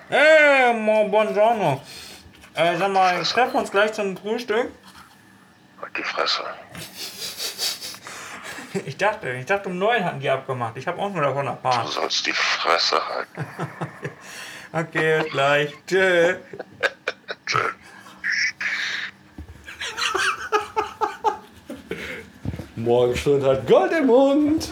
Hey, buongiorno. Sag mal, treffen wir uns gleich zum Frühstück? Halt die Fresse. Ich dachte um 9 hatten die abgemacht. Ich habe auch nur davon erfahren. Du sollst die Fresse halten. Okay, bis gleich. Tschö. Tschö. Morgenstund hat Gold im Mund.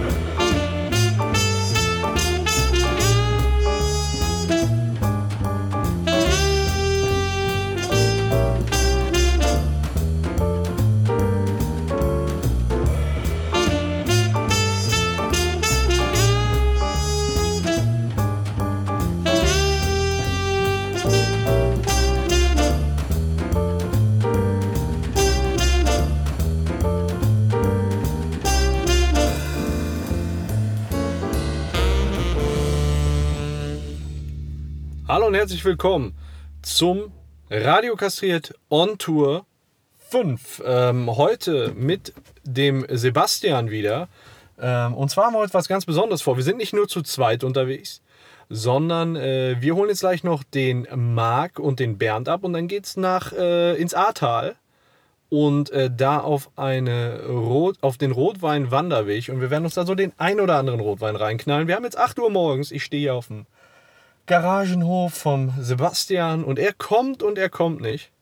Hallo und herzlich willkommen zum Radio Kastriert on Tour 5. Heute mit dem Sebastian wieder. Und zwar haben wir heute was ganz Besonderes vor. Wir sind nicht nur zu zweit unterwegs, sondern wir holen jetzt gleich noch den Marc und den Bernd ab und dann geht's ins Ahrtal und da auf den Rotwein-Wanderweg und wir werden uns da so den ein oder anderen Rotwein reinknallen. Wir haben jetzt 8 Uhr morgens, ich stehe hier auf dem Garagenhof vom Sebastian und er kommt und er kommt nicht.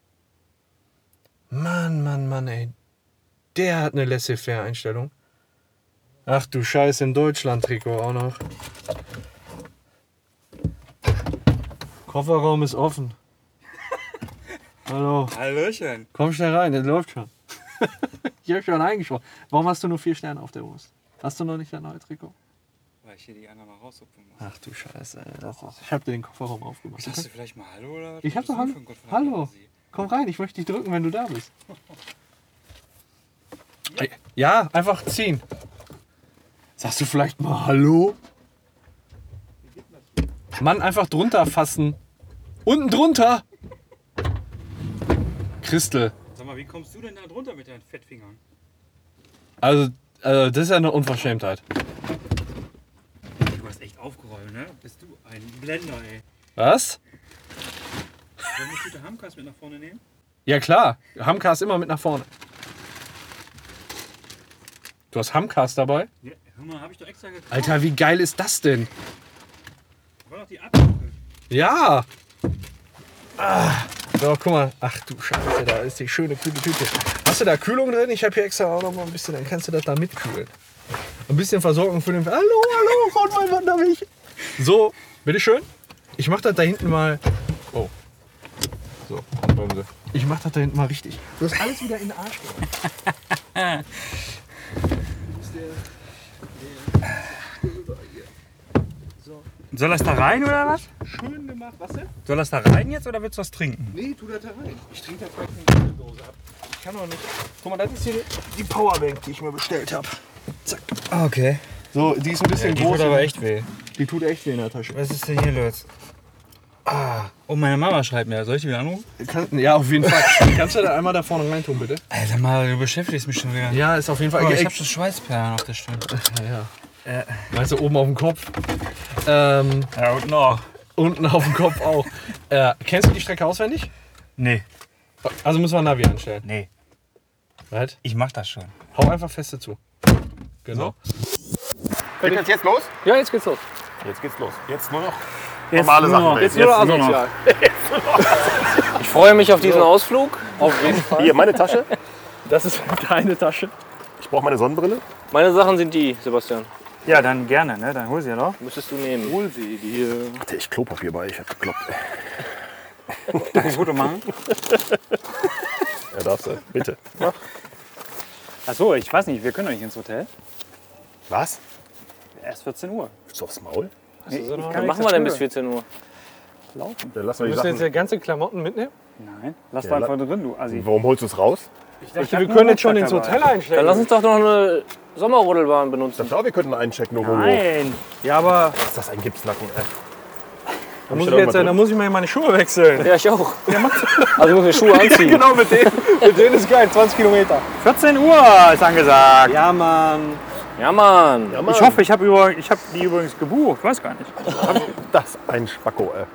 Mann, ey. Der hat eine Laissez-faire-Einstellung. Ach du Scheiße, in Deutschland-Trikot auch noch. Kofferraum ist offen. Hallo. Hallöchen. Komm schnell rein, das läuft schon. Ich hab schon eingesprochen. Warum hast du nur 4 Sterne auf der Brust? Hast du noch nicht dein neues Trikot? Weil ich hier die anderen mal raushupfen muss. Ach du Scheiße, ey. Ich hab dir den Kofferraum aufgemacht. Sagst du vielleicht mal Hallo oder was? Ich hab Was doch bist Hallo. du für ein Gott von der Hallo. Fantasie? Komm rein, ich möchte dich drücken, wenn du da bist. Ja, einfach ziehen. Sagst du vielleicht mal Hallo? Mann, einfach drunter fassen. Unten drunter. Christel. Sag mal, wie kommst du denn da drunter mit deinen Fettfingern? Also, das ist ja eine Unverschämtheit. Du hast echt aufgeräumt, ne? Bist du ein Blender, ey. Was? Wollen wir die Tüte Hamkas mit nach vorne nehmen? Ja klar, Hamkas immer mit nach vorne. Du hast Hamkas dabei? Ja, hör mal, hab ich doch extra gekauft. Alter, wie geil ist das denn? War doch die Abdrucke. Ja! So, guck mal. Ach du Scheiße, da ist die schöne kühle Tüte. Hast du da Kühlung drin? Ich habe hier extra auch noch mal ein bisschen, dann kannst du das da mitkühlen. Ein bisschen Versorgung für den... Hallo, Rotwein Wanderweg. So, bitteschön. Ich mach das da hinten mal... Oh. So, Bremse. Ich mach das da hinten mal richtig. Du hast alles wieder in den Arsch gemacht. Soll das da rein oder was? Schön gemacht. Was denn? Soll das da rein jetzt oder willst du was trinken? Nee, tu das da rein. Ich trinke da vielleicht eine Dose ab. Ich kann doch nicht. Guck mal, das ist hier die Powerbank, die ich mir bestellt habe. Zack. Okay. So, die ist ein bisschen Die groß. tut aber echt weh. Die tut echt weh in der Tasche. Was ist denn hier los? Oh, meine Mama schreibt mir. Soll ich die wieder anrufen? Ja, auf jeden Fall. Kannst du da einmal da vorne rein tun, bitte? Alter mal, du beschäftigst mich schon wieder. Ja, ist auf jeden Fall. Oh, ich hab schon Schweißperlen auf der Stirn. Ja. Weißt du, oben auf dem Kopf. Ja, und noch. Unten auf dem Kopf auch. Kennst du die Strecke auswendig? Nee, Also müssen wir Navi anstellen. nee. Right? Ich mach das schon. Hau einfach feste zu. Genau. Geht das jetzt los? Ja, jetzt geht's los. Jetzt geht's los. Jetzt nur noch Jetzt normale nur Sachen. noch. Jetzt Nur noch nur noch. asozial. Ich freue mich auf diesen Ausflug. Auf jeden Fall. Hier, meine Tasche. Das ist deine Tasche. Ich brauche meine Sonnenbrille. Meine Sachen sind die, Sebastian. Ja, dann gerne, ne? Dann hol sie ja doch. Müsstest du nehmen. Hol sie dir. Hatte ich Klopapier bei, ich hab gekloppt. Darf ich ein Foto machen? Ja, darfst du. Bitte. Mach. Achso, ich weiß nicht, wir können doch nicht ins Hotel. Was? Erst 14 Uhr. Willst du aufs Maul? Was machen wir denn bis 14 Uhr? Dann lassen wir die Müssen wir jetzt Sachen. die ganze Klamotten mitnehmen? Nein, lass Ja, doch einfach drin, du Assi. Warum holst du es raus? Ich dachte, wir können jetzt schon ins Hotel einstellen. Dann lass uns doch noch eine Sommerrodelbahn benutzen. Ich glaube, wir könnten einchecken. Nur Nein. Ja, aber Ist das ein Gipsnacken? da muss ich mal meine Schuhe wechseln. Ja, ich auch. Also muss ich Schuhe anziehen. Genau, mit denen ist geil. 20 Kilometer. 14 Uhr ist angesagt. Ja, Mann. Ja, Mann. Ja, Mann. Ich hoffe, ich hab die übrigens gebucht. Ich weiß gar nicht. Das ein Spacko, ey.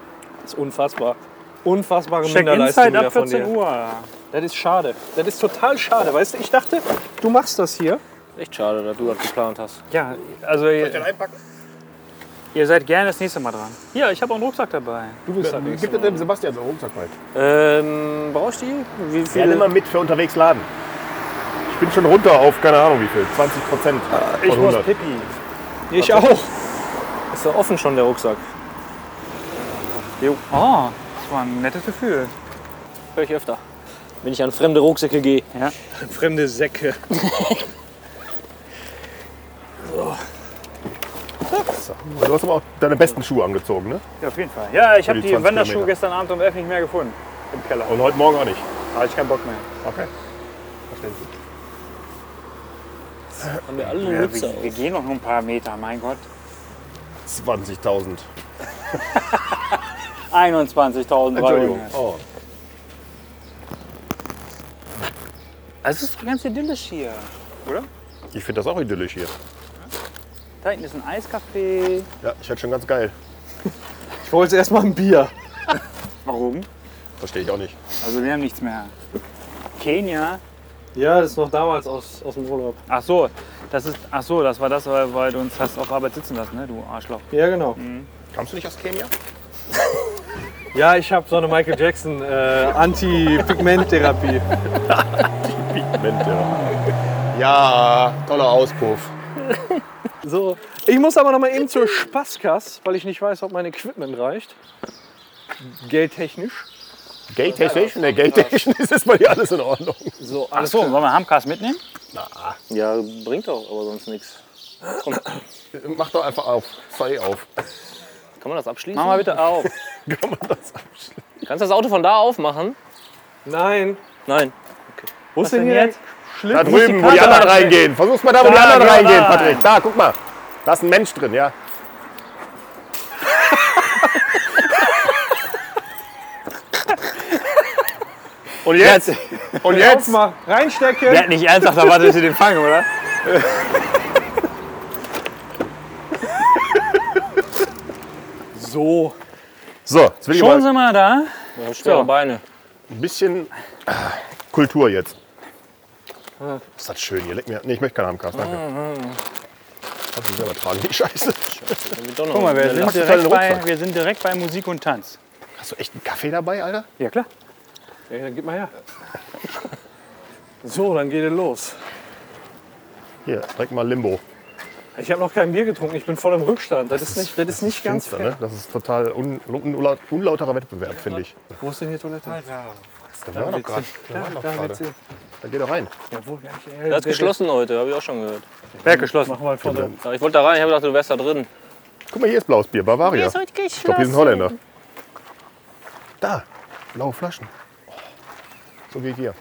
Das ist unfassbar. Unfassbare Check-in-Zeit Minderleistung wieder ab von 14 dir. Uhr. Das ist schade. Das ist total schade. Weißt du, ich dachte, du machst das hier. Echt schade, dass du das geplant hast. Ja, also ihr seid gerne das nächste Mal dran. Ja, ich habe auch einen Rucksack dabei. Du bist das nächste Gibt es dem Sebastian so einen Rucksack bei? Brauchst du die? Wie Ja, viel? nimm mal mit für unterwegs laden. Ich bin schon runter auf, keine Ahnung wie viel, 20% Ich von muss 100. Pipi. Ich auch. Ist ja offen schon, der Rucksack. Oh, das war ein nettes Gefühl. Hör ich öfter. Wenn ich an fremde Rucksäcke gehe. Ja. Fremde Säcke. Du hast aber auch deine besten Schuhe angezogen, ne? Ja, auf jeden Fall. Ja, ich habe die die 20 Wanderschuhe Kilometer. gestern Abend um 11 nicht mehr gefunden. Im Keller. Und heute Morgen auch nicht. Da hatte ich keinen Bock mehr. Okay. Verständlich. Haben wir alle eine Ja, Mütze wir auf. gehen noch nur ein paar Meter, mein Gott. 20.000. 21.000 Entschuldigung. Oh. Also, es ist doch ganz idyllisch hier, oder? Ich finde das auch idyllisch hier. Da hinten ist ein Eiscafé. Ja, ich hätte schon ganz geil. Ich wollte jetzt erstmal ein Bier. Warum? Verstehe ich auch nicht. Also, wir haben nichts mehr. Kenia. Ja, das ist noch damals aus dem Urlaub. Ach so, das war das, weil du uns hast auf Arbeit sitzen lassen, ne, du Arschloch. Ja, genau. Kamst du nicht aus Kenia? Ja, ich habe so eine Michael Jackson Anti-Pigment-Therapie. Pigment, ja. Ja, toller Auspuff. So. Ich muss aber noch mal eben zur Spaßkasse, weil ich nicht weiß, ob mein Equipment reicht. Geldtechnisch. Geldtechnisch? Ne, geldtechnisch ist es bei dir alles in Ordnung. So, Ach so, wollen wir Hamcast mitnehmen? Ja, bringt doch aber sonst nichts. Mach doch einfach auf. Sei auf. Kann man das abschließen? Mach mal bitte auf. Kann man das abschließen? Kannst du das Auto von da aufmachen? Nein. Nein. Wo ist denn denn jetzt? jetzt? Da drüben, wo die Kamera anderen reingehen. Versuch's mal da, wo die Da, anderen genau reingehen, da Patrick. rein. Da, guck mal. Da ist ein Mensch drin, ja. Und jetzt? Und jetzt? Mal reinstecken. Der hat nicht ernsthaft erwartet, dass sie den fangen, oder? So. So, jetzt will ich Schon mal sind wir da. Ja, schwere So. Beine. ein bisschen Kultur jetzt. Ist das schön hier. Leck mir. Nee, ich möchte keinen Hamcast, danke. Kannst du selber tragen, die Scheiße. Guck mal, wir sind, Packst du deinen direkt bei, Rucksack? wir sind direkt bei Musik und Tanz. Hast du echt einen Kaffee dabei, Alter? Ja, klar. Ja, dann gib mal her. So, dann geht es los. Hier, direkt mal Limbo. Ich habe noch kein Bier getrunken, ich bin voll im Rückstand. Das ist nicht ganz Finster, fair. ne? Das ist total unlauterer Wettbewerb, finde ich. Wo ist denn hier Toilette? Da war doch gerade. Da wird's hier. Da geh doch rein. Jawohl, Das ist geschlossen heute, habe ich auch schon gehört. Wer geschlossen? Mach mal vorne. Ja, ich wollte da rein, ich habe gedacht, du wärst da drin. Guck mal, hier ist blaues Bier, Bavaria. Ich glaube, hier sind Holländer. Da, blaue Flaschen. Oh, so wie hier.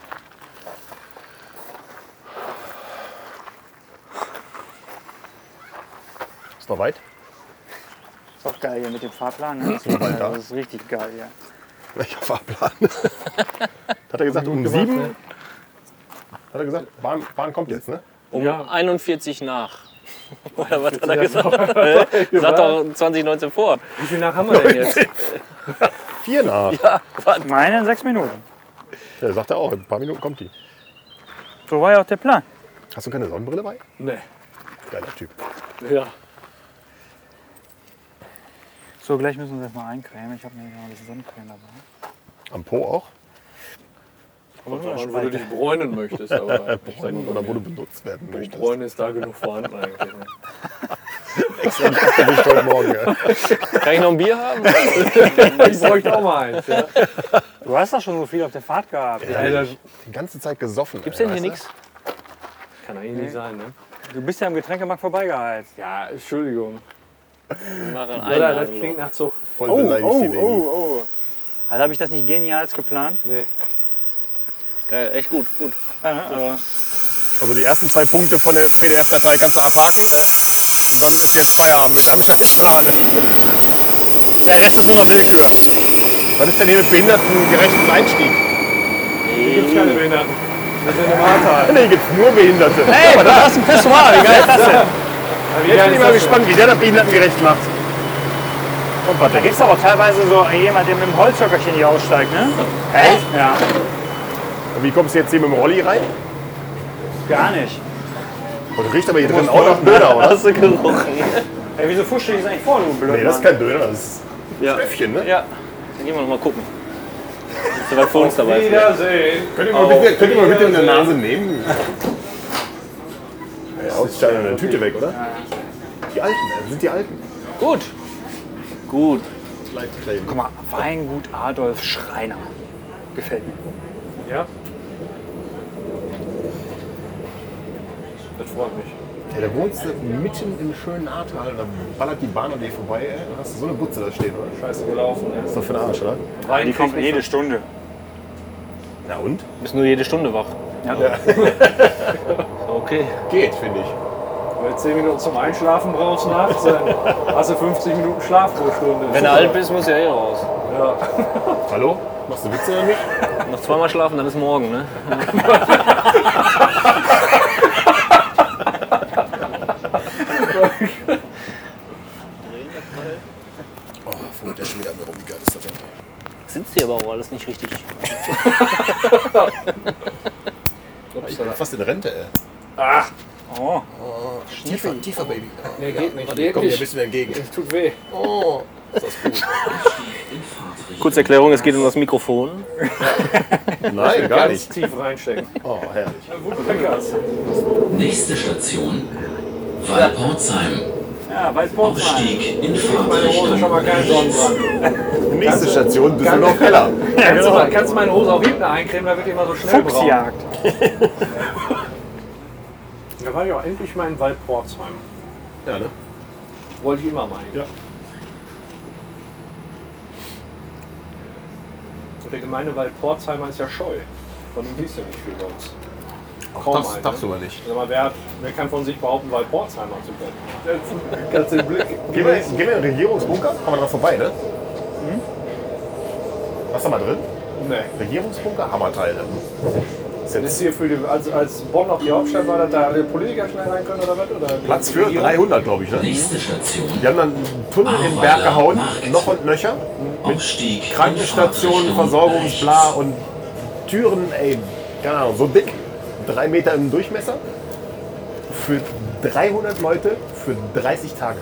Ist noch weit? Ist doch geil hier mit dem Fahrplan. Ne? weiter. Das ist richtig geil, ja. Welcher Fahrplan? Hat er gesagt, um 7? Hat er gesagt, Bahn kommt jetzt, ne? Um Ja. 41 nach. Oder was hat er gesagt? Sag doch 2019 vor. Wie viel nach haben wir denn jetzt? 4 nach. Ja, was? Meine in 6 Minuten. Ja, sagt er auch, in ein paar Minuten kommt die. So war ja auch der Plan. Hast du keine Sonnenbrille bei? Nee. Geiler Typ. Ja. So, gleich müssen wir uns erstmal eincremen. Ich habe mir noch ein bisschen Sonnencreme dabei. Am Po auch? Wo du dich bräunen möchtest. Aber Oder wo du benutzt werden möchtest. Bräunen ist da genug vorhanden eigentlich. Ne? Nicht heute Morgen, ja. Kann ich noch ein Bier haben? Ich bräuchte auch mal eins. Ja. Du hast doch schon so viel auf der Fahrt gehabt. Alter, Die ganze Zeit gesoffen. Gibt's denn hier weißt du? nichts? kann eigentlich nicht sein, ne? Du bist ja am Getränkemarkt vorbeigeheizt. Ja, Entschuldigung. Machen Oder, das einen klingt nach so. Voll beleidigt die Lady. oh. Also habe ich das nicht genial geplant? Nee. Geil, echt gut, gut. Ja, ne? Also, Also die ersten 2 Punkte von der PDF-Datei kannst du abhaken. Und dann ist jetzt Feierabend mit Anscheißfragen. der Rest ist nur noch Willkür. Was ist denn hier mit behindertengerechtem Einstieg? Hier gibt's keine Behinderten. Wir sind im Ahrtal. Nee, hier gibt's nur Behinderte. Hey, du hast ein Pissoir. Wie geil ist das denn? Wie Jetzt geil bin ich ist mal das gespannt, wie der das behindertengerecht macht. Und Da Patrick. gibt es aber auch teilweise so jemand, der mit dem Holzhöckerchen hier aussteigt, ne? Echt? Ja, Und wie kommst du jetzt hier mit dem Rolli rein? gar nicht. Und du riechst aber hier drin auch nach Döner, oder? Hast du gerochen? Ey, wieso fuschst du dich eigentlich vor, du blöd Nee, das ist Mann? kein Döner, das ist Ja. Stöffchen, ne? Ja. Dann gehen wir noch mal gucken. Ist soweit für uns dabei. Wiedersehen. Könnt ihr mal bitte in der Nase nehmen? Ja, aussteigen in der Tüte weg, oder? Die Alten, das sind die Alten. Gut. Gut. Guck mal, Weingut Adolf Schreiner. Gefällt mir. Ja. Das freut mich. Ja, da wohnst du mitten im schönen Ahrtal, da ballert die Bahn an dir vorbei, ey. Dann hast du so eine Butze da stehen, oder? Scheiße gelaufen. Das ist doch für den Arsch, oder? Die kommt jede Stunde. Na und? Bist nur jede Stunde wach. Ja. Okay. Geht, finde ich. Wenn du 10 Minuten zum Einschlafen brauchst nachts, dann hast du 50 Minuten Schlaf pro Stunde. Wenn du alt bist, musst du ja eh raus. Ja. Hallo? Machst du Witze oder nicht? Noch zweimal schlafen, dann ist morgen, ne? Oh, wo der schon wieder an mir rum, wie geil ist das denn? Sitzt hier aber auch alles nicht richtig. Ich bin fast in Rente, ey. Oh, Tiefer, Baby. Nee, geht nicht. Ich komm dir ein bisschen entgegen. Das tut weh. Oh, ist das gut. Kurzerklärung, es geht um das Mikrofon. Nein, gar Ganz nicht. tief reinstecken. Oh, herrlich. Nächste Station Walporzheim. ja, Waldporzheim. Aufstieg in Meine Hose schon mal keinen Sonnenbrand. Nächste Station, Düsseldorf heller. Kannst du meine Hose auch hinten eincremen, da wird immer so schnell braun. Fuchsjagd. Da war ich auch endlich mal in Waldporzheim. Ja, ne? Wollte ich immer mal hin. Ja. Und der gemeine Waldporzheimer ist ja scheu. Von dem siehst du nicht viel bei uns. Kaum einen, Darfst du ne? aber nicht. Sag mal, wer kann von sich behaupten, Waldporzheimer zu können? Kannst du den Blick. Gehen wir in den Regierungsbunker? Kommen wir dran vorbei, ne? Was ist da mal drin? Nee. Regierungsbunker? Hammerteil. Ne? Ist Das ist hier für die, als Bonn noch die Hauptstadt war, dass da alle Politiker schnell rein können oder was? Oder Platz für 300, glaube ich, ne? Nächste Station Die haben dann einen Tunnel in den Berg gehauen, noch und nöcher. Aufstieg Krankenstationen, Versorgungsbla und Türen, ey, keine Ahnung, so dick. 3 Meter im Durchmesser. Für 300 Leute für 30 Tage.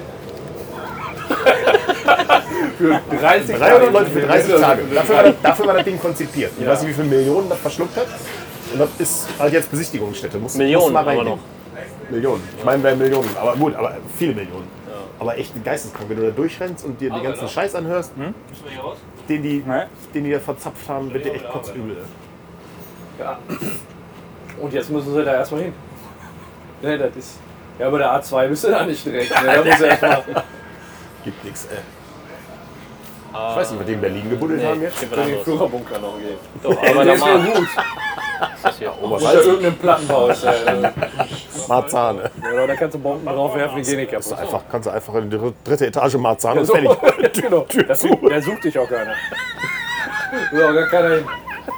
für 30 300 Leute für 30 Tage. Dafür war das Ding konzipiert. Ich weiß nicht, wie viele Millionen das verschluckt hat. Und das ist halt jetzt Besichtigungsstätte. Musst Millionen mal aber reingehen. noch. Millionen. Ich meine, wäre Millionen. Aber gut, aber viele Millionen. Aber echt geisteskrank. Wenn du da durchrennst und dir den ganzen Scheiß anhörst, den die da verzapft haben, wird dir echt kotzübel. Ja. Und jetzt müssen sie da erstmal hin. Ne, das ist. Ja, aber der A2 bist du da nicht direkt. Ne? Da muss er erstmal. Gibt nichts, ey. Ich weiß nicht, mit dem in Berlin gebuddelt haben jetzt. in den Führerbunker noch gehen. Doch, aber Der da ist ja mal. gut. Das hier. Unter irgendeinem Plattenbau ist der. Marzahn. Oder da kannst du Bomben draufwerfen, die gehen nicht kaputt. Kannst du einfach in die dritte Etage Marzahn und So, fertig. genau. Der sucht dich auch keiner. Will auch gar keiner hin.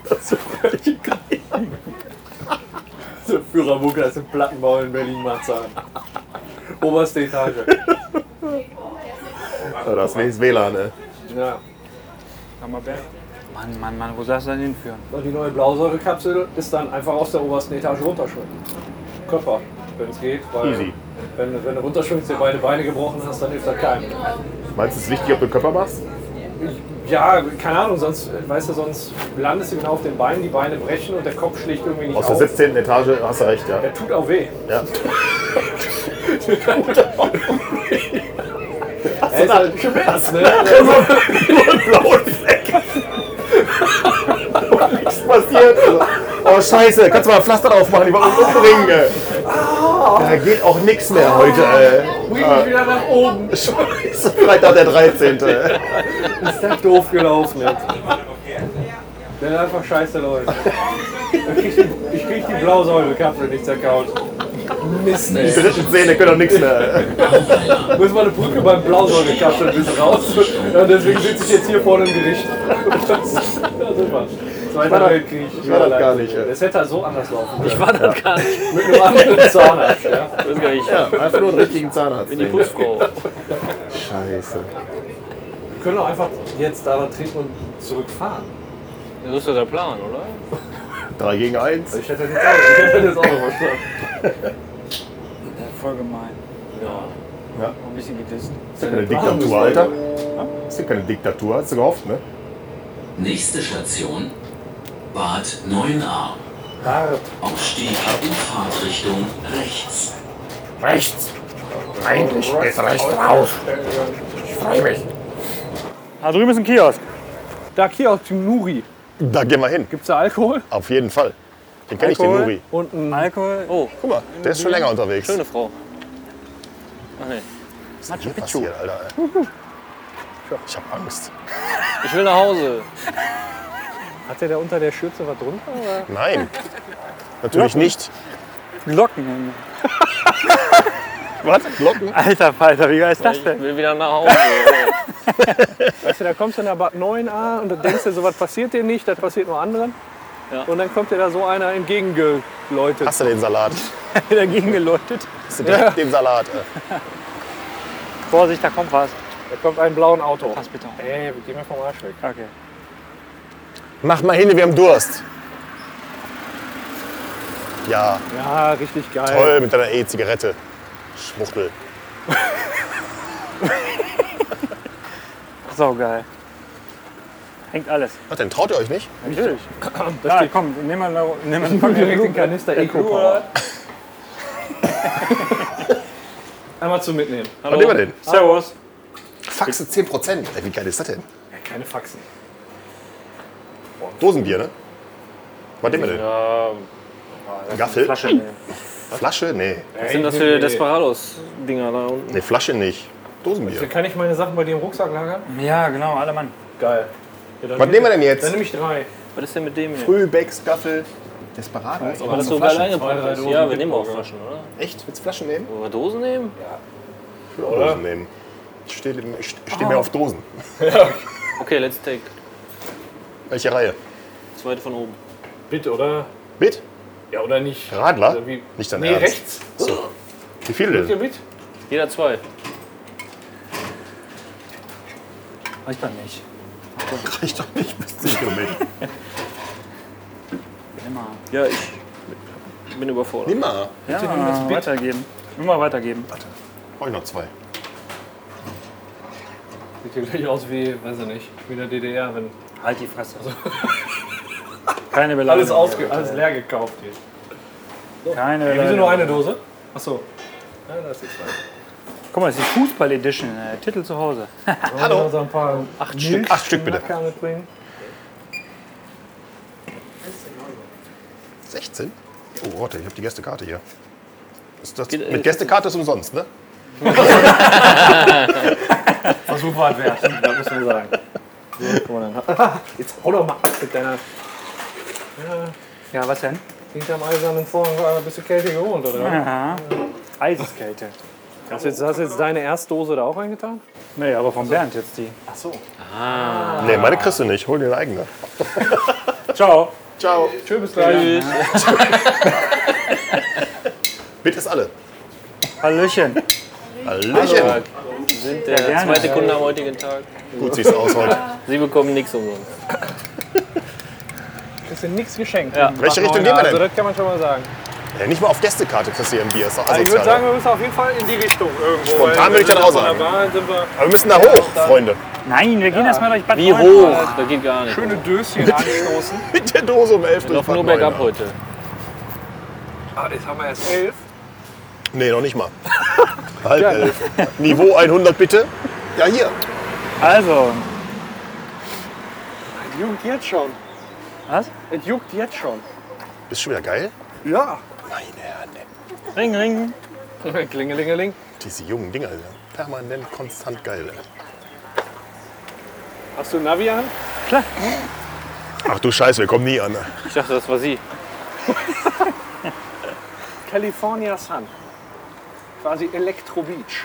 Der Führerbunker ist ein Plattenbau in Berlin-Marzahn. Oberste Etage. Ja, das ist WLAN, ne? Ja. Hammerberg. Mann, wo soll das denn hinführen? Und die neue Blausäurekapsel ist dann einfach aus der obersten Etage runterschwimmen. Körper, wenn es geht. Weil Easy. Wenn du runterschwimmst, dir beide Beine gebrochen hast, dann hilft das keinem. Meinst du, es ist wichtig, ob du einen Körper machst? Ja, keine Ahnung, sonst, weißt du, sonst landest du genau auf den Beinen, die Beine brechen und der Kopf schlägt irgendwie nicht Aus der auf. 17. Etage hast du recht, ja. Der tut auch weh. Ja. Er ist halt Schmerz, ne? Blauen Fleck. Nichts passiert. Oh Scheiße, kannst du mal ein Pflaster drauf machen, die wollen uns umbringen. Ey. Da geht auch nichts mehr heute. Bring mich wieder nach oben. Scheiße, Freitag der 13. Ist das doof gelaufen jetzt. Der einfach scheiße läuft. Ich krieg die Blausäurekapsel nicht zerkaut. Mist, Die ey. dritten Zähne können doch nichts mehr. Muss mal eine Brücke beim Blausäurekapsel ein bisschen raus. Ja, deswegen sitze ich jetzt hier vorne im Gericht. Da sind wir. Zweiter Weltkrieg. Ich war das gar nicht. Das hätte halt so anders laufen können. Ich war das gar nicht. Mit einem anderen Zahnarzt. Ja. Das ist gar nicht. Ja, einfach nur einen richtigen Zahnarzt. Die Putzfrau. Scheiße. können doch einfach jetzt da treten und zurückfahren. Das ist doch der Plan, oder? 3 gegen 1. Ich hätte das auch noch verstanden. Voll gemein. Ja. Ein bisschen gedisst. Ist ja keine Diktatur, Alter. Ist ja keine Diktatur, hast du gehofft, ne? Nächste Station Bad 9a. Aufstieg in Fahrtrichtung rechts. Rechts. Eigentlich ist rechts raus. Ich freue mich. Da drüben ist ein Kiosk. Da Kiosk Nuri. Da gehen wir hin. Gibt's da Alkohol? Auf jeden Fall. Den kenne ich, den Alkohol? Nuri. Und ein Alkohol. Oh, Guck mal, der ist schon länger unterwegs. schöne Frau. Ach nee. Was ist denn hier passiert, Alter? Ich hab Angst. Ich will nach Hause. Hat der da unter der Schürze was drunter? Oder? Nein. Natürlich nicht. Glocken hängen. Was? Glocken? Alter Falter, wie geil ist das Ich denn? will wieder nach Hause. Weißt du, da kommst du in der Bad 9a und da denkst du, so was passiert dir nicht, das passiert nur anderen. Ja. Und dann kommt dir da so einer entgegengeläutet. Hast du den Salat? Dagegen geläutet. Hast du direkt den Salat? Vorsicht, da kommt was. Da kommt ein blaues Auto. Pass bitte auf. Ey, geh mir vom Arsch weg. Okay. Mach mal hin, wir haben Durst. Ja, Ja, richtig geil. toll mit deiner E-Zigarette. Schwuchtel. So geil. Hängt alles. Was denn, traut ihr euch nicht? Natürlich. Ja, komm, nimm mal Direkt den Kanister Eco-Power. Einmal zum Mitnehmen. Was nehmen wir denn? Servus. Faxe 10%. Ey, wie geil ist das denn? Ja, keine Faxen. Dosenbier, ne? Was nehmen wir denn? Ja, Gaffel? Flasche nehmen. Flasche? Nee. was sind das für Desperados-Dinger da unten? Nee, Flasche nicht. Dosenbier. Kann ich meine Sachen bei dir im Rucksack lagern? Ja, genau, alle Mann. Geil. Ja, dann Was nehmen wir denn Dann jetzt? nehme ich 3. Was ist denn mit dem hier? Frühbecks, Gaffel, Desperados. War das so geil eingepackt ist? Ja, wir nehmen auch Flaschen, oder? Echt? Willst du Flaschen nehmen? Wollen wir Dosen nehmen? Dosen nehmen. Ich stehe mehr auf Dosen. Okay, let's take. Welche Reihe? Zweite von oben. Bitte, oder? Mit? Ja, oder nicht? Radler? Oder wie? Nicht dein Nee, Ernst. rechts. Wie viel Ihr denn? mit? Jeder zwei. Reicht dann nicht. Reicht doch nicht bis 10 Kilometer. Immer. Ja, ich bin überfordert. Nimm mal. Ja, weitergeben. Immer weitergeben. Brauch ich noch 2. Sieht ja gleich aus wie, weiß ich nicht, wie in der DDR, wenn Halt die Fresse. Keine Beleidigung. alles leer gekauft hier. Keine Wieso Beleidigung. nur eine Dose? Achso. Ja, das ist die zwei. Guck mal, das ist die Fußball-Edition. Titel zu Hause. Hallo. So ein paar 8 Stück. 8 Stück bitte. Nacker mitbringen. 16? Oh, warte, ich habe die Gästekarte hier. Das Geht, mit Gästekarte ist umsonst, ne? Versuch war wert, das muss man sagen. So, guck mal dann. Jetzt hau doch mal ab mit deiner. Ja, was denn? Hinterm eisernen Vorhang war ein bisschen Kälte gewohnt, oder? Aha. Eiseskälte. Hast du jetzt deine Erstdose da auch reingetan? Nee, aber von Bernd jetzt die. Ach so. Nee, meine kriegst du nicht. Hol dir eine eigene. Ciao. Ciao. Tschüss, bis gleich. Bitte ist alle. Hallöchen. Hallöchen. Wir sind der gerne. zweite Kunde am heutigen Tag. Gut siehst aus heute. Sie bekommen nichts umsonst. Ist dir nichts geschenkt. Ja. Welche Richtung gehen wir Also denn? das kann man schon mal sagen. Ja, nicht mal auf Gästekarte kriegst du hier ein Bier. Ist doch Also ich würde asozial. sagen, wir müssen auf jeden Fall in die Richtung irgendwo. Spontan weil würde ich wir dann auch sind sagen. von der Bahn sind wir Aber wir müssen da hoch, Freunde. Nein, wir gehen erstmal durch Bad Wie Neuenahr. hoch? Das geht gar nicht. schöne Döschen anstoßen. Mit der Dose um 11 Wir laufen nur bergab heute. Ah, jetzt haben wir erst 11. Nee, noch nicht mal. Halb 11. Niveau 100 bitte. Ja, hier. Also, Es juckt jetzt schon. was? Es juckt jetzt schon. Ist schon wieder geil? Ja. Meine Herren, ey. Ring, ring. Klingelingeling. Diese jungen Dinger, Alter. Permanent, konstant geil. Ey. Hast du ein Navi an? Ach du Scheiße, wir kommen nie an. Ich dachte, das war sie. California Sun. Quasi Electro Beach.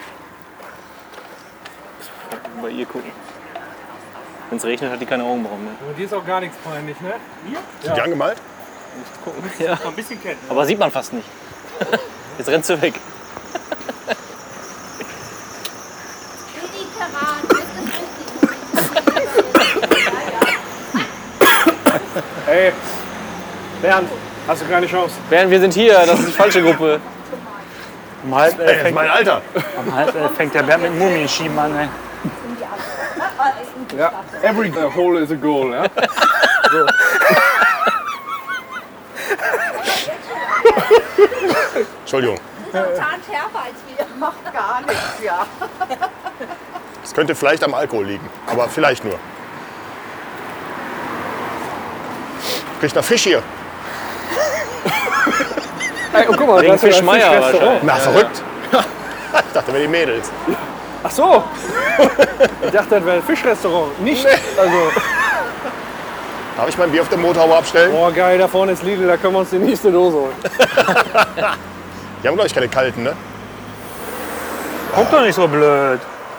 Bei ihr gucken. Wenn es regnet, hat die keine Augenbrauen mehr. Aber dir ist auch gar nichts peinlich, ne? Sind die angemalt? Ja. Ein bisschen kennen. Aber sieht man fast nicht. Jetzt rennst du weg. Mediterran, ist das richtig? Ey, Bernd, hast du keine Chance. Bernd, wir sind hier, das ist die falsche Gruppe. Um halb Ey, das ist mein Alter. fängt der Bernd mit Mumienschieben an. Ey. Ja, every hole is a goal, ja? So. Entschuldigung. Zahnschärfer als wir. Macht gar nichts, ja. Es könnte vielleicht am Alkohol liegen, aber vielleicht nur. Kriegt noch Fisch hier. Hey, oh, guck mal, Wegen das ist ja ein Fischmeier Fischrestaurant. Na, verrückt. Ich dachte, wir die Mädels. Ach so. Ich dachte, das wäre ein Fischrestaurant. Nicht, also... Darf ich mein Bier auf der Motorhaube abstellen? Boah, geil, da vorne ist Lidl, da können wir uns die nächste Dose holen. Die haben, glaube ich, keine kalten, ne? Guck doch nicht so blöd.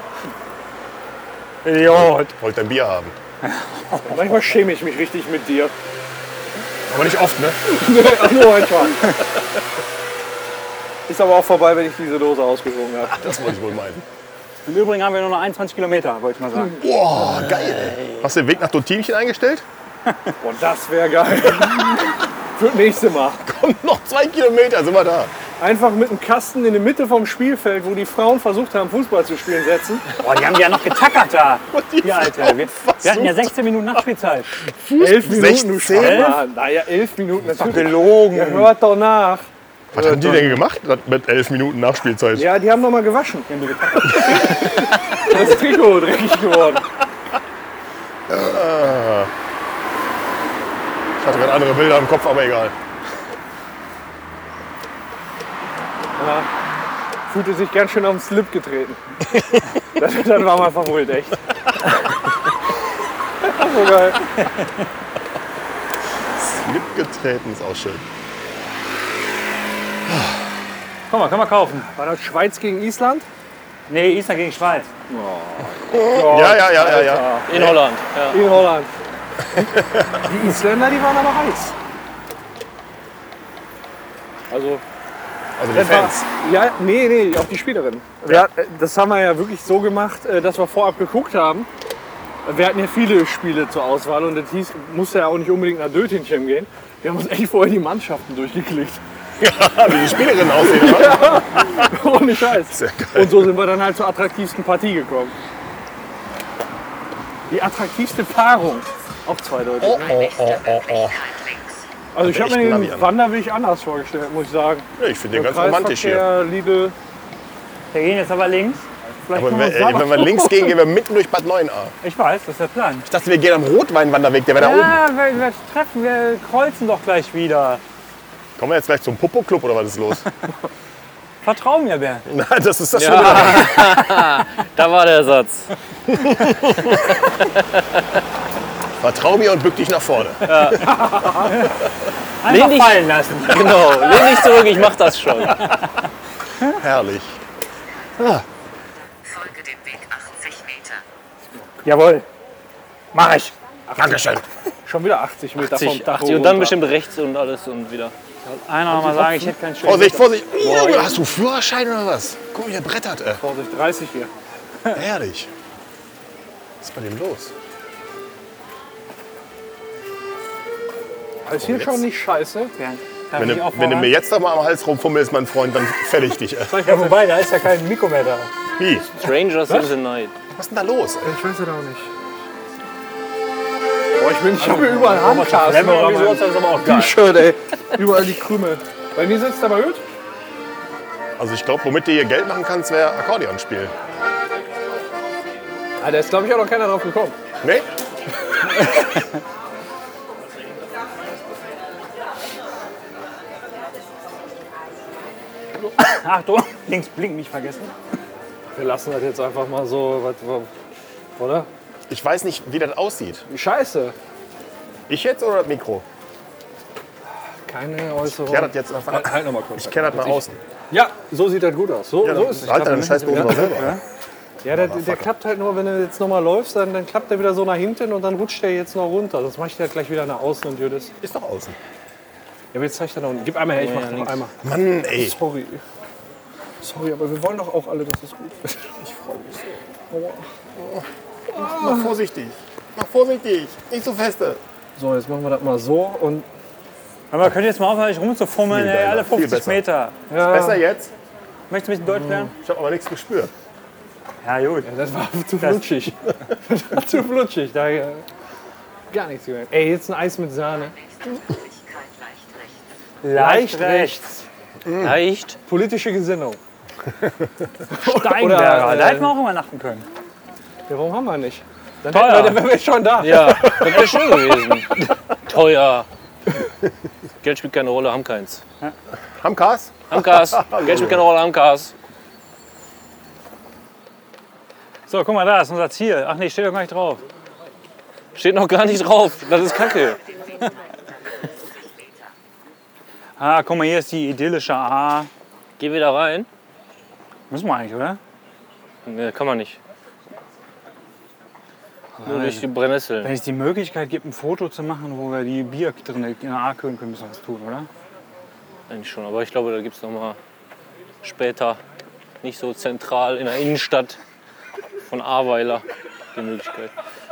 Idiot. Wollt ein Bier haben. Manchmal schäme ich mich richtig mit dir. Aber nicht oft, ne? Ach, nur manchmal. Ist aber auch vorbei, wenn ich diese Dose ausgewogen habe. Das wollte ich wohl meinen. Im Übrigen haben wir nur noch 21 Kilometer, wollte ich mal sagen. Boah, geil. Hast du den Weg nach Dotinchen eingestellt? Und das wäre geil. Für das nächste Mal. Komm, noch 2 Kilometer, sind wir da. Einfach mit einem Kasten in der Mitte vom Spielfeld, wo die Frauen versucht haben, Fußball zu spielen, setzen. Boah, die haben die ja noch getackert da. Die Alter. Wir hatten ja 16 Minuten Nachspielzeit. 11 Minuten, du 16? Schwein. Naja, 11 Minuten. Das ist doch Natürlich. gelogen. Ja, hört doch nach. Was haben die denn gemacht mit 11 Minuten Nachspielzeit? Ja, die haben noch mal gewaschen. Das Trikot dreckig geworden. Ich hatte gerade andere Bilder im Kopf, aber egal. Ja, fühlte sich ganz schön auf den Slip getreten. Das war mein Favorit, echt. So geil. Slip getreten ist auch schön. Komm mal, können wir kaufen. War das Schweiz gegen Island? Nee, Island gegen Schweiz. Ja. In Holland. Ja. In Holland. Die Isländer, die waren aber heiß. Also, Also die das war, Fans. ja, nee, auch die Spielerinnen. Das haben wir ja wirklich so gemacht, dass wir vorab geguckt haben. Wir hatten ja viele Spiele zur Auswahl und das hieß, musste ja auch nicht unbedingt nach Dötinchen gehen. Wir haben uns echt vorher die Mannschaften durchgeklickt. Wie die Spielerinnen aussehen, oder? Ohne Scheiß. Sehr geil. Und so sind wir dann halt zur attraktivsten Partie gekommen. Die attraktivste Paarung. Auch zweideutig. Ne? Also ich habe echt mir Navi den an. Wanderweg anders vorgestellt, muss ich sagen. Ja, ich finde den ganz romantisch hier. Kreisverkehr, Lidl. Wir gehen jetzt aber links. Vielleicht Aber können wir uns da wenn wir links gehen, gehen wir mitten durch Bad Neuenahr. Ich weiß, das ist der Plan. Ich dachte, wir gehen am Rotweinwanderweg, der wäre da oben. Ja, wir kreuzen doch gleich wieder. Kommen wir jetzt gleich zum Popo-Club oder was ist los? Vertrau mir, Bernd. Nein, das ist das schon wieder. Da war der Satz. Vertrau mir und bück dich nach vorne. Einfach dich- fallen lassen. Genau, lehn dich zurück, ich mach das schon. Herrlich. Folge dem Weg 80 Meter. Jawohl. Mach ich. Dankeschön. Schon wieder 80 Meter vom 80, Dach 80 und dann bestimmt rechts und alles und wieder. Einer noch mal sagen, ich hätte keinen schönen. Vorsicht, Vorsicht. Hast du Führerschein oder was? Guck, wie der brettert. Vorsicht, 30 hier. Herrlich. Was ist bei dem los? Ist hier schon nicht scheiße? Bernd, darf Wenn ich du, auch wenn du voran? mir jetzt noch mal am Hals rumfummelst, mein Freund, dann fertig dich. Ja, wobei, da ist ja kein Mikro mehr da. Wie? Strangers in the Night. Was ist denn da los? Ich weiß es auch nicht. Boah, ich habe hier überall Handtaschen. Wieso ist das aber auch geil? T-Shirt, ey. Überall die Krümel. Bei mir sitzt aber gut. Also ich glaube, womit du hier Geld machen kannst, wäre Akkordeon spielen. Ah, da ist, glaube ich, auch noch keiner drauf gekommen. Nee? Achtung, links blinken nicht vergessen. Wir lassen das jetzt einfach mal so, oder? Ich weiß nicht, wie das aussieht. Scheiße. Ich jetzt oder das Mikro? Keine Äußerung. Klär das jetzt einfach. Halt noch mal kurz. Ich kenne das nach außen. Ja, so sieht das gut aus. So, so ist es. Halt deine Scheißdose mal selber. Ja, der klappt halt nur, wenn du jetzt nochmal läufst, dann klappt der wieder so nach hinten und dann rutscht der jetzt noch runter. Sonst mach ich der gleich wieder nach außen und Judith. Ist doch außen. Ja, aber jetzt zeig ich noch. Gib einmal her, ich mach noch einmal. Mann, ey. Sorry. Sorry, aber wir wollen doch auch alle, dass es gut wird. Ich freue mich so. Mach vorsichtig. Mach vorsichtig. Nicht so feste. So, jetzt machen wir das mal so und Aber man könnte jetzt mal aufhören, rumzufummeln, Viel ey, geiler, alle viel 50 besser. Meter. ja, Besser jetzt? Möchtest du ein bisschen Deutsch lernen? Ich habe aber nichts gespürt. Ja, gut. das war zu flutschig. Das war zu flutschig. Da gar nichts gehört. Ey, jetzt ein Eis mit Sahne. Nächste Geschwindigkeit leicht rechts. Leicht. Politische Gesinnung. Steinberger, Oder, da hätten wir auch übernachten können. Ja, warum haben wir nicht? Dann Teuer. wären wir schon da. Ja, das wäre schön gewesen. Teuer. Geld spielt keine Rolle, haben keins. Hamkas? Hamkas. Geld spielt keine Rolle, haben Gas. So, guck mal, da ist unser Ziel. Ach nee, steht doch gar nicht drauf. Steht noch gar nicht drauf. Das ist Kacke. Ah, guck mal, hier ist die idyllische A. Geh wieder rein. Müssen wir eigentlich, oder? Nee, kann man nicht. Nur durch die Brennnesseln. Wenn es die Möglichkeit gibt, ein Foto zu machen, wo wir die Bier drin in der A kühlen können, müssen wir was tun, oder? Eigentlich schon, aber ich glaube, da gibt es noch mal später, nicht so zentral in der Innenstadt von Ahrweiler, die Möglichkeit.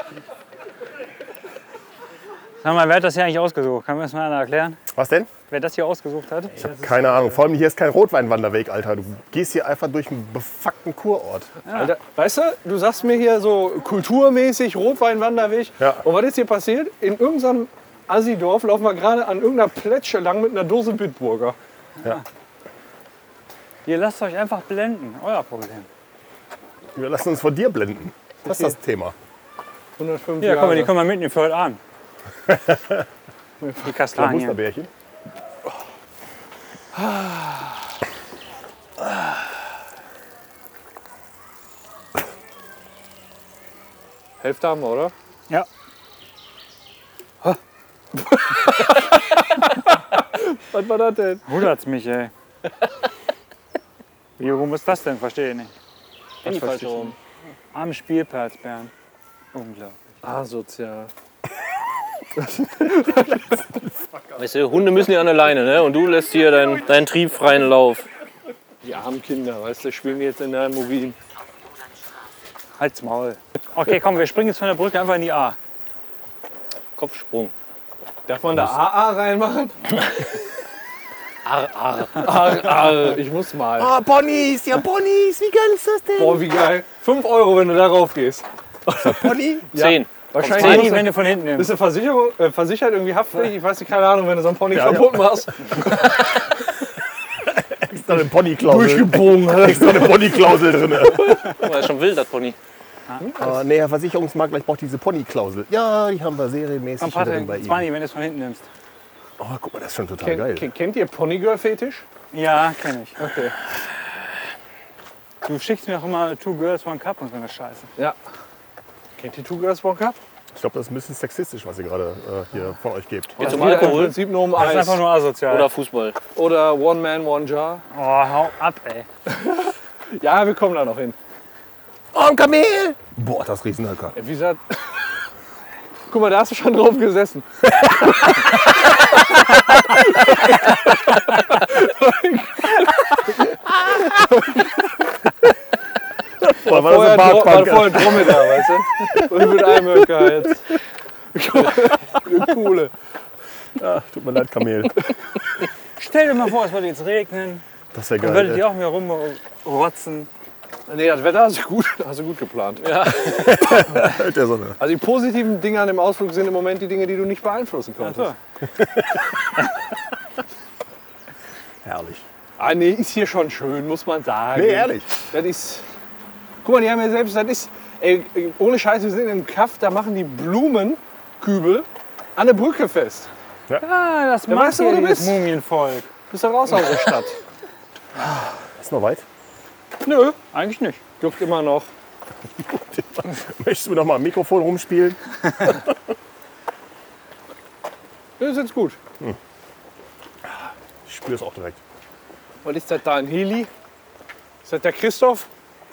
Sag mal, wer hat das hier eigentlich ausgesucht? Kann mir das mal einer erklären? Was denn? Wer das hier ausgesucht hat? Keine Ahnung. Vor allem hier ist kein Rotweinwanderweg, Alter. Du gehst hier einfach durch einen befuckten Kurort. Alter, weißt du, du sagst mir hier so kulturmäßig Rotweinwanderweg. Ja. Und was ist hier passiert? In irgendeinem Assi-Dorf laufen wir gerade an irgendeiner Plätsche lang mit einer Dose Bitburger. Ihr lasst euch einfach blenden. Euer Problem. Wir lassen uns von dir blenden. Das ist das Thema. 105 Hier, guck mal, die Jahre. können wir mitnehmen für heute Abend. Die Klar, Kastanien. Musterbärchen. Hälfte haben wir, oder? Ja. Was war das denn? Hudert's mich, ey. Wie rum ist das denn? Verstehe ich nicht. In die falsche rum. Am Spielplatz, Bernd. Unglaublich. Asozial. Weißt du, Hunde müssen ja an der Leine, ne? Und du lässt hier deinen triebfreien Lauf. Die armen Kinder, weißt du, spielen die jetzt in der Immobilien. Halt's Maul. Okay, komm, wir springen jetzt von der Brücke einfach in die A. Kopfsprung. Darf man da AA reinmachen? Arr, arr. Arr, arr, ich muss mal. Oh, Ponys, ja Ponys, wie geil ist das denn? Boah, wie geil. 5 €, wenn du darauf gehst. Pony? 10. Wahrscheinlich Pony, bist wenn du von hinten du nimmst. Versicherung, versichert, irgendwie haftpflichtig. Ich weiß nicht, keine Ahnung, wenn du so einen Pony kaputt machst. Extra eine Ponyklausel. Durchgebogen. Extra eine Ponyklausel drin. Guck mal, ist schon wild, das Pony. Nee, Herr Versicherungsmakler, ich brauche diese Ponyklausel. Ja, die haben wir serienmäßig Komm, hier drin Patrick, bei Ihnen. 20, wenn du es von hinten nimmst. Oh, guck mal, das ist schon total geil. Kennt ihr Ponygirl-Fetisch? Ja, kenn ich. Okay. Du schickst mir auch immer Two Girls, One Cup und so eine Scheiße. Ja. Kennt ihr Two Girls One Cup? Ich glaube, das ist ein bisschen sexistisch, was ihr gerade hier von euch gebt. Geht zum Im Alkohol Prinzip nur um Das ist Eis. einfach nur asozial. oder Fußball. Oder One Man, One Jar. Oh, hau ab, ey. Ja, wir kommen da noch hin. Oh, ein Kamel! Boah, das Riesenhöcker. Wie gesagt, guck mal, da hast du schon drauf gesessen. Boah, war Vorher das eine Parkbank? vorher Dromedar, weißt du? Und mit einem Höcker jetzt. Eine coole. Tut mir leid, Kamel. Stell dir mal vor, es würde jetzt regnen. Das wäre Dann geil. würdet ihr auch mehr rumrotzen. Nee, das Wetter hast du gut geplant. Hält der Sonne. Also die positiven Dinge an dem Ausflug sind im Moment die Dinge, die du nicht beeinflussen konntest. So. Herrlich. Ah, nee, ist hier schon schön, muss man sagen. Nee, ehrlich. Das ist. Guck mal, die haben ja selbst, das ist. Ey, ohne Scheiß, wir sind in einem Kaff, da machen die Blumenkübel an der Brücke fest. Ah, das Ja, macht weißt du, hier wo du dieses bist? Mumienvolk. Bist du raus aus der Stadt? Ist noch weit? Nö, eigentlich nicht. Juckt immer noch. Möchtest du mir noch mal am Mikrofon rumspielen? Das ist jetzt gut. Ich spüre es auch direkt. Was ist das da, ein Heli? Ist das der Christoph?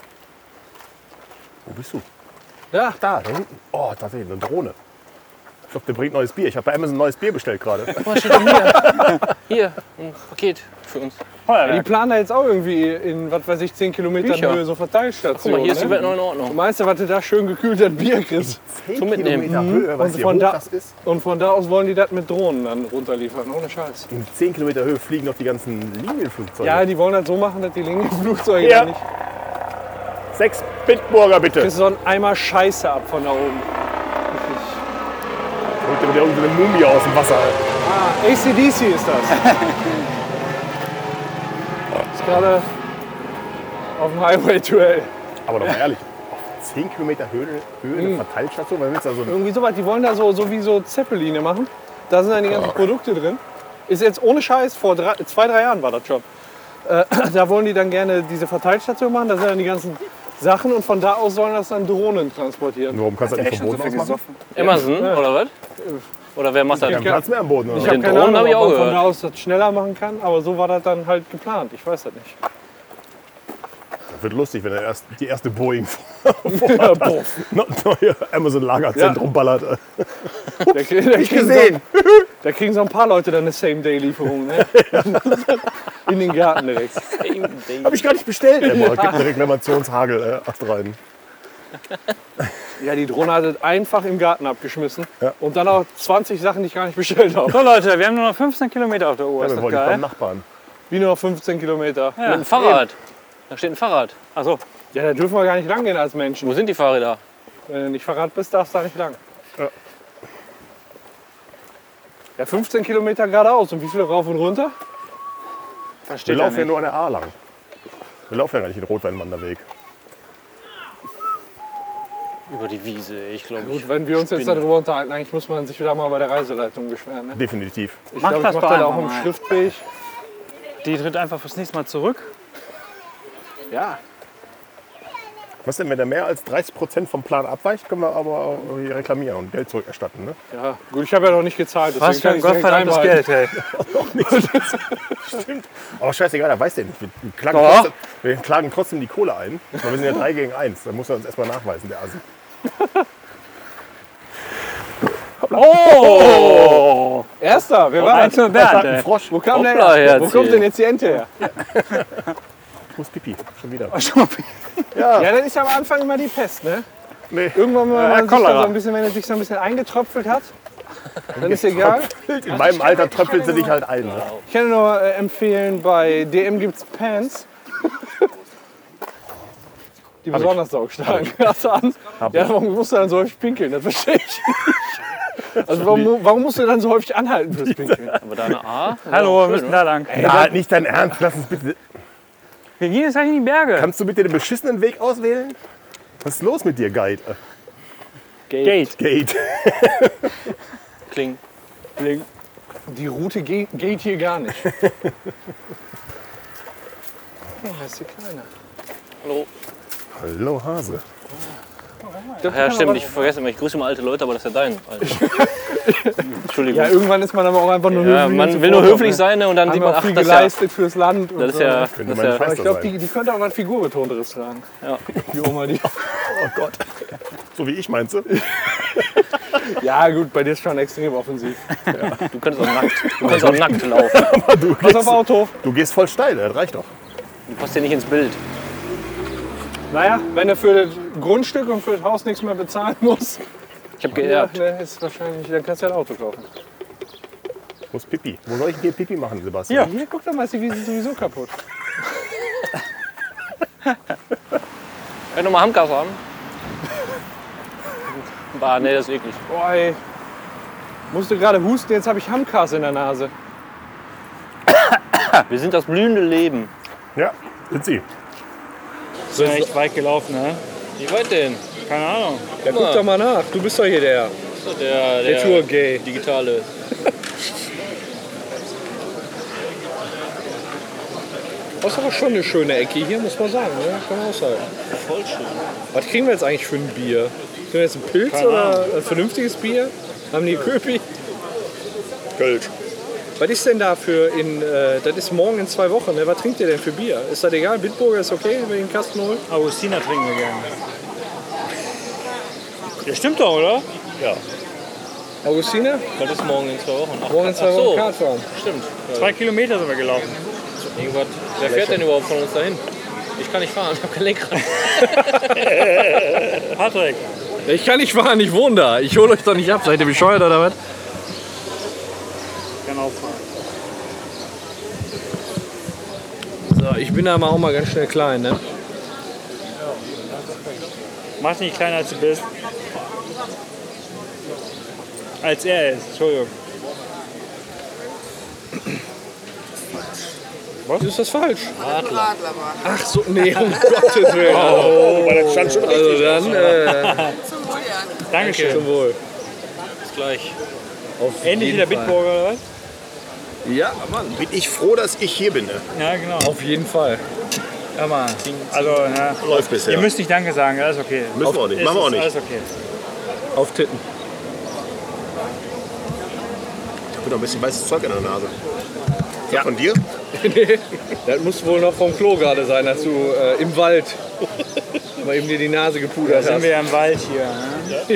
Wo bist du? Ja. Da hinten. Oh, tatsächlich, eine Drohne. Ich glaube, der bringt neues Bier. Ich habe bei Amazon neues Bier bestellt gerade. Guck mal, steht doch hier. Hier, ein Paket für uns. Die Feuerwerk. planen da jetzt auch irgendwie in, was weiß ich, 10 Kilometern Bücher. Höhe so Verteilstationen. Guck mal, hier ist die ne? Welt noch in Ordnung. Meinst du, was du da schön gekühlt ein Bier kriegst? 10 mitnehmen. Kilometer Höhe, weißt du, wie von hoch da- das ist? Und von da aus wollen die das mit Drohnen dann runterliefern, ohne Scheiß. In 10 Kilometer Höhe fliegen noch die ganzen Linienflugzeuge. Ja, die wollen das so machen, dass die Linienflugzeuge Ja. dann nicht... 6 Bitburger bitte. Kriegst so ein Eimer Scheiße ab von da oben. Holt dir wieder irgendeine Mumie aus dem Wasser. Ah, AC/DC ist das. Ist gerade auf dem Highway 12. Aber doch mal ehrlich, auf 10 Kilometer Höhe eine Verteilstation, was willst du da so? Irgendwie sowas, die wollen da so wie so Zeppeline machen. Da sind dann die ganzen Produkte drin. Ist jetzt ohne Scheiß, vor 2-3 Jahren war das schon. Da wollen die dann gerne diese Verteilstation machen, da sind dann die ganzen Sachen und von da aus sollen das dann Drohnen transportieren. Warum kannst du das nicht vom Boden aus machen? Amazon, oder was? Oder wer macht das? Kein Platz mehr am Boden, oder? Ich was? habe den keine Drohnen Ahnung, hab ich ob auch man von gehört. da aus das schneller machen kann, aber so war das dann halt geplant. Ich weiß das nicht. Das wird lustig, wenn er die erste Boeing Ja, boah. neue Amazon-Lagerzentrum ballert. Da kriegen so ein paar Leute dann eine Same-Day-Lieferung. Ne? In den Garten direkt. Hab ich gar nicht bestellt. Emma, gibt eine Reklamationshagel Ast rein. Ja, die Drohne hat es einfach im Garten abgeschmissen. Ja. Und dann auch 20 Sachen, die ich gar nicht bestellt habe. So Leute, wir haben nur noch 15 Kilometer auf der Uhr. Ja, Ist wir das wollen beim geil? Nachbarn. Wie nur noch 15 Kilometer. Mit dem Fahrrad. Da steht ein Fahrrad. Achso, Ja, da dürfen wir gar nicht lang gehen als Menschen. Wo sind die Fahrräder? Wenn du nicht Fahrrad bist, darfst du da nicht lang. Ja. Ja, 15 Kilometer geradeaus. Und wie viel rauf und runter? Wir versteht er laufen ja nicht. nur an der A lang. Wir laufen ja gar nicht den Rotweinwanderweg. Über die Wiese, ich glaube. Gut, wenn wir uns jetzt darüber unterhalten, eigentlich muss man sich wieder mal bei der Reiseleitung beschweren. Ne? Definitiv. Ich Mach glaube, das ich doch mache das auch einfach im mal. Schriftweg. Die tritt einfach fürs nächste Mal zurück. Ja. Was denn, wenn er mehr als 30% vom Plan abweicht, können wir aber auch reklamieren und Geld zurückerstatten. Ne? Ja, gut, ich habe ja noch nicht gezahlt. Was für ein deswegen kann ich's direkt gottverdammtes einbehalten. Geld, ey. Aber scheißegal, er weiß der nicht. Wir klagen trotzdem die Kohle ein. Weil wir sind ja 3 gegen 1. Da muss er uns erstmal nachweisen, der Assi. Oh! Erster, wer war Eins das? für Bernd, ey. Frosch. Wo kam der Hoppla, her? Wo Herzchen. kommt denn jetzt die Ente her? Ich muss Pipi. Schon wieder. Ja, das ist am Anfang immer die Pest, ne? Nee. Irgendwann, wenn man sich Cholera. da so ein bisschen, wenn er sich so ein bisschen eingetröpfelt hat, dann ist egal. In meinem Alter tröpfelt sie dich halt ein. Ne? Ich kann nur empfehlen, bei DM gibt's Pants. Die besonders saugstärken. Hast du an? Ja, warum musst du dann so häufig pinkeln? Das verstehe ich nicht. Also warum musst du dann so häufig anhalten fürs Pinkeln? Aber da eine A? Hallo, wir schön, müssen da lang. Ja, nicht dein Ernst. Lass uns bitte. Wir gehen jetzt gleich in die Berge. Kannst du bitte den beschissenen Weg auswählen? Was ist los mit dir, Guide? Gate. Gate. Kling. Die Route geht hier gar nicht. Oh, das ist die Kleine. Hallo. Hallo Hase. Ach ja, stimmt, ich vergesse immer, ich grüße immer alte Leute, aber das ist ja dein Alter. Entschuldigung. Ja, irgendwann ist man aber auch einfach nur Ja, höflich. man will nur höflich sein, ne, und dann Haben sieht wir man, auch ach, viel das ist ja, geleistet fürs Land. Und das ist so. ja, Könnte das meine ist ja, Aber ich glaube, sein. die könnte auch was Figurbetonteres tragen. Ja. Die Oma, die. Oh Gott. So wie ich meinst du? Ja, gut, bei dir ist schon extrem offensiv. du könntest auch nackt laufen. Pass auf Auto. Du gehst voll steil, das reicht doch. Du passt hier nicht ins Bild. Naja, wenn er für das Grundstück und für das Haus nichts mehr bezahlen muss, Ich habe geerbt. dann ist wahrscheinlich, dann kannst du ja ein Auto kaufen. Ich muss Pipi. Wo soll ich hier Pipi machen, Sebastian? Hier, guck doch mal, ist die Wiese sowieso kaputt. Kann ich nochmal Hamkas haben? Bah, nee, das ist eklig. Boah, ey. Musste gerade husten, jetzt habe ich Hamkas in der Nase. Wir sind das blühende Leben. Ja, sind sie. Das ist ja echt weit gelaufen, ne? Wie weit denn? Keine Ahnung. Ja, guck doch mal nach. Du bist doch hier der Der Tour-Gay. digitale. Das ist aber schon eine schöne Ecke hier, muss man sagen. Ne? Kann man aushalten. Voll schön. Was kriegen wir jetzt eigentlich für ein Bier? Sind wir jetzt ein Pilz Keine oder ein vernünftiges Bier? Haben die Köpi? Kölsch. Was ist denn da für das ist morgen in 2 Wochen, ne? Was trinkt ihr denn für Bier? Ist das egal? Bitburger ist okay, wenn ich einen Kasten hole? Augustiner trinken wir gerne. Ja, stimmt doch, oder? Ja. Augustiner? Das ist morgen in 2 Wochen. Ach, Morgen in 2 ach so, Wochen Kart fahren. stimmt. 2 Kilometer sind wir gelaufen. Irgendwas. Wer fährt denn überhaupt von uns dahin? Ich kann nicht fahren, ich habe kein Lenkrad. Patrick. Ich kann nicht fahren, ich wohne da. Ich hole euch doch nicht ab. Seid ihr bescheuert oder was? Kann auch fahren. So, ich bin da auch mal ganz schnell klein, ne? Mach dich nicht kleiner als du bist. Als er ist, Entschuldigung. Was? Ist das falsch? Radler. Ach so, nee, um Gottes Willen. Oh, weil das stand schon richtig. Also dann, Zum Wohl, ja. Dankeschön. zum Wohl. Bis gleich. Auf Ähnlich wie der jeden Fall. Bitburger, oder was? Ja, Mann. Bin ich froh, dass ich hier bin. Ne? Ja, genau. Auf jeden Fall. Ja, mal. Also, ja. Läuft bisher. Ihr müsst nicht Danke sagen, alles okay. Müssen wir auch nicht. Es Machen wir auch ist nicht. Alles okay. Auf Titten. Ich habe noch ein bisschen weißes Zeug in der Nase. Ja. Von dir? Nee, das muss wohl noch vom Klo gerade sein, dass du im Wald mal eben dir die Nase gepudert Da sind hast. wir ja im Wald hier. Ne?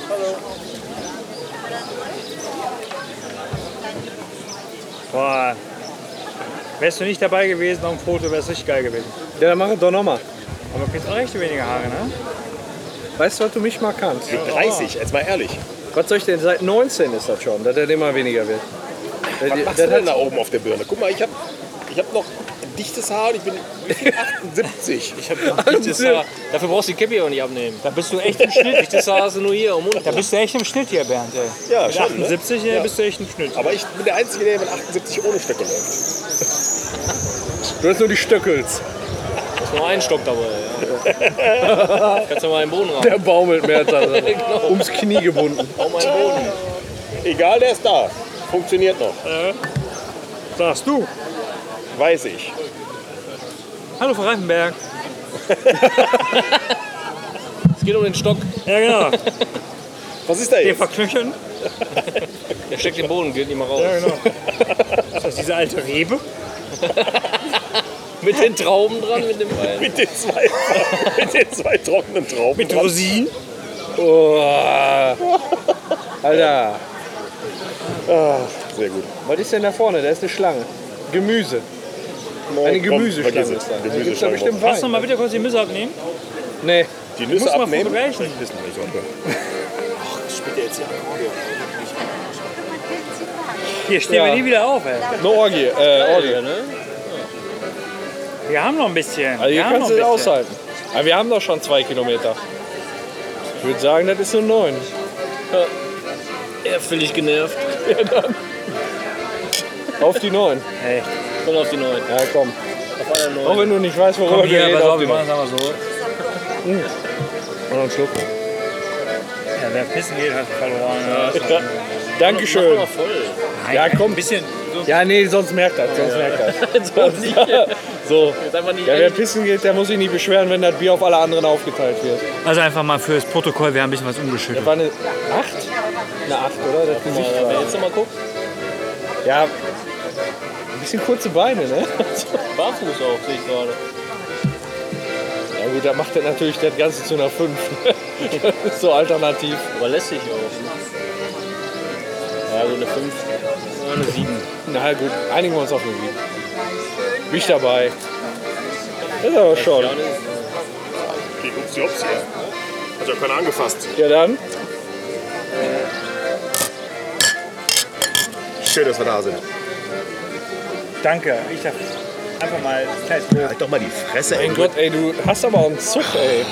Boah. Wärst du nicht dabei gewesen auf dem Foto, wäre es richtig geil gewesen. Ja, dann mach es doch nochmal. Aber du kriegst auch recht weniger Haare, ne? Weißt du, was du mich mal kannst? Mit 30, jetzt mal ehrlich. Was soll ich denn? Seit 19 ist das schon, dass er immer weniger wird. Was machst du denn da oben auf der Birne? Guck mal, ich hab noch dichtes Haar und ich bin 78. Ich habe dichtes Haar. Dafür brauchst du die Käppi auch nicht abnehmen. Da bist du echt im Schnitt. Dichtes Haar hast du nur hier am Mund. Da bist du echt im Schnitt hier, Bernd. Ey. Ja, Mit schon, 78 ne? bist du echt im Schnitt. Aber ich bin der Einzige, der mit 78 ohne Stöcke läuft. Du hast nur die Stöckels. Da ist nur ein Stock dabei. Ja. Kannst du mal einen Boden ran. Der baumelt mehr als andere. Ums Knie gebunden. Hau mal einen Boden. Egal, der ist da. Funktioniert noch. Sagst du. Weiß ich. Hallo, Frau Reifenberg. Es geht um den Stock. Ja, genau. Was ist da Den jetzt? verknöchern. Der steckt den Boden, geht nicht mehr raus. Ja, genau. Ist das diese alte Rebe? Mit den Trauben dran, mit dem Bein. Mit den zwei trockenen Trauben. Mit Rosinen? Oh, Alter, Sehr gut. was ist denn da vorne? Da ist eine Schlange. Gemüse. Eine Gemüseschlange vergiss es. ist da. Da gibt's da Gemüseschlange. bestimmt Kannst du Wein. mal bitte kurz die Nüsse abnehmen? Nee. Die Nüsse musst mal abnehmen? fotografieren. Das wissen wir nicht, oder? Ach, das spielt ja jetzt hier Akkordeon. Hier stehen Ja. wir nie wieder auf, ey. Eine Orgie. Orgie. Ja, ne? Wir haben noch ein bisschen. Also hier wir haben noch kannst du ein es bisschen. aushalten. Aber wir haben doch schon 2 Kilometer. Ich würde sagen, das ist nur 9. Er ist völlig genervt. Auf die 9. Hey, Komm auf die 9. Ja, komm. Auf einer 9. Auch wenn du nicht weißt, worüber komm wir hier, reden. pass auf auf, die wir 9. machen es aber so. Und einen Schluck. Ja, wer pissen geht, hat verloren. Ja. Ja. Dankeschön. Mach mal voll. Ja, komm. Ein bisschen. So. Ja, nee, sonst merkt das. Sonst merkt das. So nicht. So. Jetzt einfach nicht Ja, wer pissen geht, der muss sich nicht beschweren, wenn das Bier auf alle anderen aufgeteilt wird. Also einfach mal fürs Protokoll, wir haben ein bisschen was umgeschüttet. War eine 8? Eine 8, oder? Das Gesicht Wenn war. jetzt noch mal guckt. Ja, ein bisschen kurze Beine, ne? Barfuß auch, sehe ich gerade. Ja gut, da macht er natürlich das Ganze zu einer 5. Das ist so alternativ. Aber lässig auch. Ja, so eine 5. Ja, eine 7. Na gut, einigen wir uns auf eine 7. Bin ich dabei. Das ist aber schon. Die Ups, die Ups hier. Hat ja keiner angefasst. Ja dann. Schön, dass wir da sind. Danke. Ich darf einfach mal ein kleines Lob. Halt doch mal die Fresse, ey. Mein Gott, ey, du hast aber auch einen Zug, ey.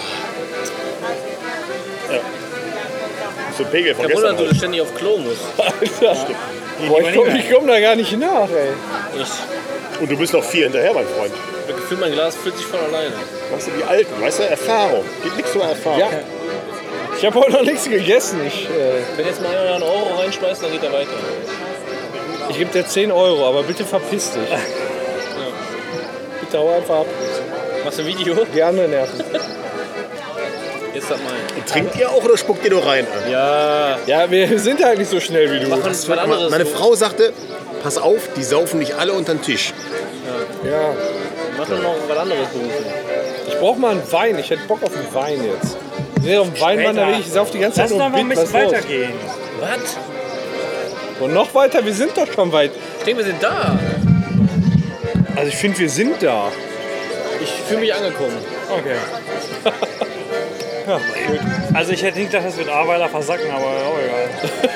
So ein Pegel von Kein Wunder, gestern. dass du ständig auf Klo musst. Alter. Boah, ich komm da gar nicht nach, ey. Ich, Und du bist noch 4 hinterher, mein Freund. gefühlt mein Glas füllt sich von alleine. Weißt du, die Alten, weißt du, Erfahrung. Geht nichts über Erfahrung. Ja. Ich habe heute noch nichts gegessen. Wenn jetzt mal einer einen Euro reinschmeißt, dann geht er weiter. Ich gebe dir 10 Euro, aber bitte verpiss dich. Bitte hau einfach ab. Machst du ein Video? Die anderen nerven. Jetzt sag mal. Trinkt ihr auch oder spuckt ihr nur rein? Ja, Ja, wir sind halt nicht so schnell wie du. machen was anderes. Meine Frau sagte, pass auf, die saufen nicht alle unter den Tisch. Ja. Mach doch noch was anderes berufen. Ich brauch mal einen Wein. Ich hätte Bock auf einen Wein jetzt. Ich sehe auf einen Weinmann, da will ich sauf die ganze Zeit Lass nur doch mal ein Bier. bisschen Was los? weitergehen. Was? Und noch weiter, wir sind doch schon weit. Ich denke, wir sind da. Also ich finde, wir sind da. Ich fühle mich angekommen. Okay. Ja, gut. Also ich hätte nicht gedacht, das wird Ahrweiler versacken, aber auch egal.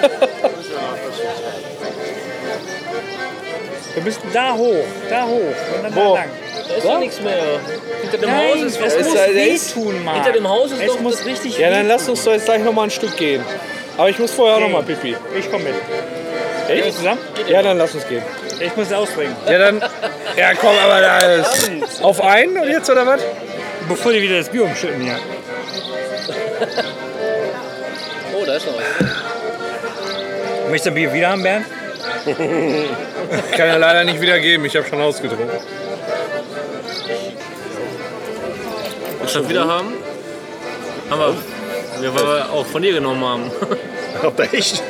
Wir müssen da hoch und dann da lang. Da ist doch nichts mehr. Hinter dem Nein, Haus ist was. es muss wehtun, Mann. Hinter dem Haus ist es doch... muss richtig Ja, dann wehtun. lass uns doch jetzt gleich noch mal ein Stück gehen. Aber ich muss vorher auch noch mal pipi. Ich komm mit. Gehen wir zusammen? Ja, dann lass uns gehen. Ich muss ausbringen. Ja, dann. Ja, komm, aber da ist. Auf einen und jetzt oder was? Bevor die wieder das Bier umschütten hier. Oh, da ist noch was. Möchtest du ein Bier wieder haben, Bernd? Kann ja leider nicht wieder geben. Ich habe schon ausgetrunken. Willst du das wieder haben? Haben wir, weil wir auch von dir genommen haben. Habt ihr echt?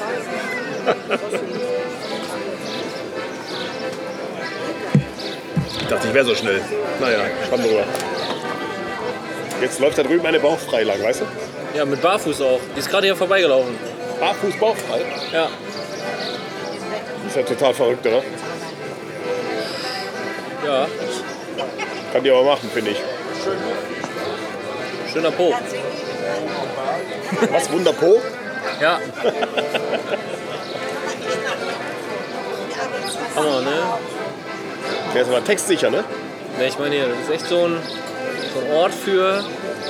Ich dachte, ich wäre so schnell. Naja, schwamm drüber. Jetzt läuft da drüben eine bauchfrei lang, weißt du? Ja, mit Barfuß auch. Die ist gerade hier vorbeigelaufen. Barfuß bauchfrei. Ja. Ist ja total verrückt, oder? Ja. Kann die aber machen, finde ich. Schöner Po. Was, Wunderpo? Ja. Hammer, ne? Der ist aber textsicher, ne? Ne, ich meine, das ist echt so ein Ort für...